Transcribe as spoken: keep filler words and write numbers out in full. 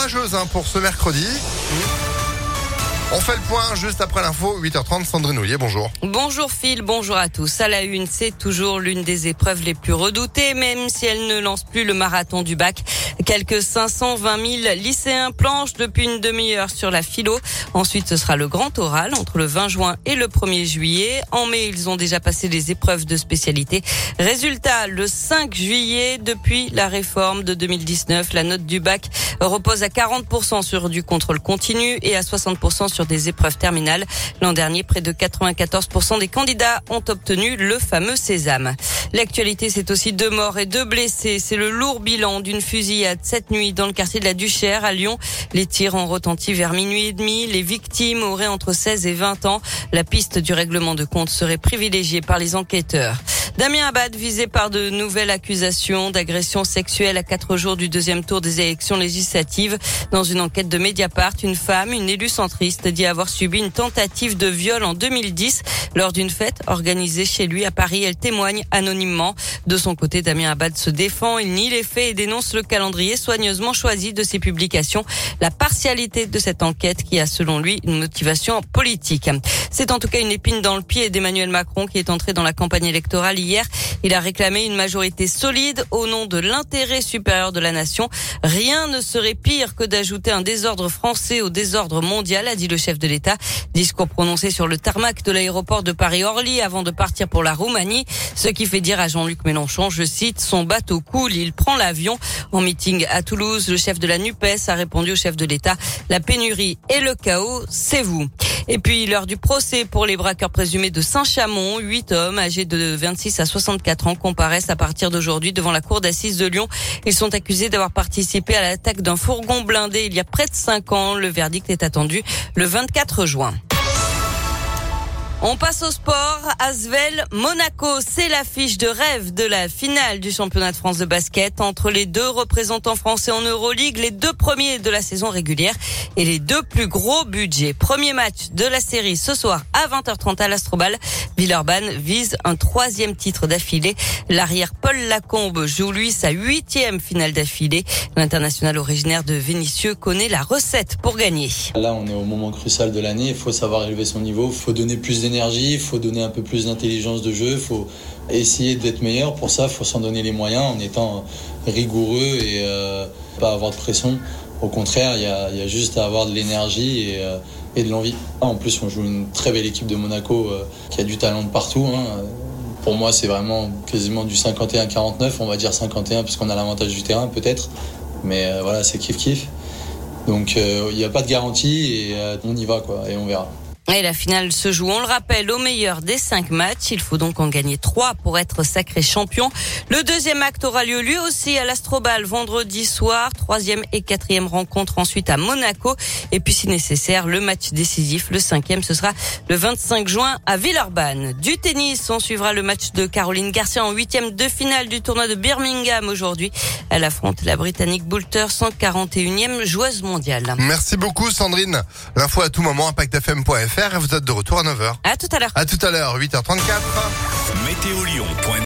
orageuse hein, pour ce mercredi. On fait le point juste après l'info, huit heures trente, Sandrine Ollier, bonjour. Bonjour Phil, bonjour à tous. À la une, c'est toujours l'une des épreuves les plus redoutées, même si elle ne lance plus le marathon du bac. Quelques cinq cent vingt mille lycéens planchent depuis une demi-heure sur la philo. Ensuite, ce sera le grand oral entre le vingt juin et le premier juillet. En mai, ils ont déjà passé les épreuves de spécialité. Résultat, le cinq juillet, depuis la réforme de deux mille dix-neuf, la note du bac repose à quarante pour cent sur du contrôle continu et à soixante pour cent sur des épreuves terminales. L'an dernier, près de quatre-vingt-quatorze pour cent des candidats ont obtenu le fameux sésame. L'actualité, c'est aussi deux morts et deux blessés. C'est le lourd bilan d'une fusillade cette nuit dans le quartier de la Duchère à Lyon. Les tirs ont retenti vers minuit et demi. Les victimes auraient entre seize et vingt ans. La piste du règlement de compte serait privilégiée par les enquêteurs. Damien Abad visé par de nouvelles accusations d'agression sexuelle à quatre jours du deuxième tour des élections législatives. Dans une enquête de Mediapart, une femme, une élue centriste, dit avoir subi une tentative de viol en deux mille dix lors d'une fête organisée chez lui à Paris. Elle témoigne anonymement. De son côté, Damien Abad se défend. Il nie les faits et dénonce le calendrier soigneusement choisi de ses publications. La partialité de cette enquête qui a selon lui une motivation politique. C'est en tout cas une épine dans le pied d'Emmanuel Macron qui est entré dans la campagne électorale hier. Il a réclamé une majorité solide au nom de l'intérêt supérieur de la nation. Rien ne serait pire que d'ajouter un désordre français au désordre mondial, a dit le chef de l'État. Discours prononcé sur le tarmac de l'aéroport de Paris-Orly avant de partir pour la Roumanie. Ce qui fait dire à Jean-Luc Mélenchon, je cite, son bateau coule, il prend l'avion. En meeting à Toulouse, le chef de la NUPES a répondu au chef de l'État, la pénurie et le chaos, c'est vous. Et puis, l'heure du procès pour les braqueurs présumés de Saint-Chamond. Huit hommes âgés de vingt-six à soixante-quatre ans comparaissent à partir d'aujourd'hui devant la cour d'assises de Lyon. Ils sont accusés d'avoir participé à l'attaque d'un fourgon blindé il y a près de cinq ans. Le verdict est attendu le vingt-quatre juin. On passe au sport. Asvel Monaco, c'est l'affiche de rêve de la finale du championnat de France de basket entre les deux représentants français en Euroleague, les deux premiers de la saison régulière et les deux plus gros budgets. Premier match de la série ce soir à vingt heures trente à l'Astrobal. Villeurbanne vise un troisième titre d'affilée. L'arrière Paul Lacombe joue lui sa huitième finale d'affilée. L'international originaire de Vénissieux connaît la recette pour gagner. Là, on est au moment crucial de l'année. Il faut savoir élever son niveau. Il faut donner plus d'énergie. Il faut donner un peu plus d'intelligence de jeu. Il faut essayer d'être meilleur. Pour ça, il faut s'en donner les moyens en étant rigoureux et euh, pas avoir de pression. Au contraire, il y a, il y a juste à avoir de l'énergie et, euh, et de l'envie. En plus, on joue une très belle équipe de Monaco euh, qui a du talent de partout. Hein. Pour moi, c'est vraiment quasiment du cinquante et un quarante-neuf. On va dire cinquante et un parce qu'on a l'avantage du terrain peut-être. Mais euh, voilà, c'est kiff-kiff. Donc, euh, il n'y a pas de garantie et euh, on y va quoi, et on verra. Et la finale se joue, on le rappelle, au meilleur des cinq matchs. Il faut donc en gagner trois pour être sacré champion. Le deuxième acte aura lieu lui aussi à l'Astrobal vendredi soir. Troisième et quatrième rencontre ensuite à Monaco. Et puis si nécessaire, le match décisif, le cinquième, ce sera le vingt-cinq juin à Villeurbanne. Du tennis, on suivra le match de Caroline Garcia en huitième de finale du tournoi de Birmingham aujourd'hui. Elle affronte la Britannique Boulter, cent quarante et unième joueuse mondiale. Merci beaucoup Sandrine. L'info à tout moment, impact f m point f r et vous êtes de retour à neuf heures. À tout à l'heure. À tout à l'heure, huit heures trente-quatre. météo lyon point net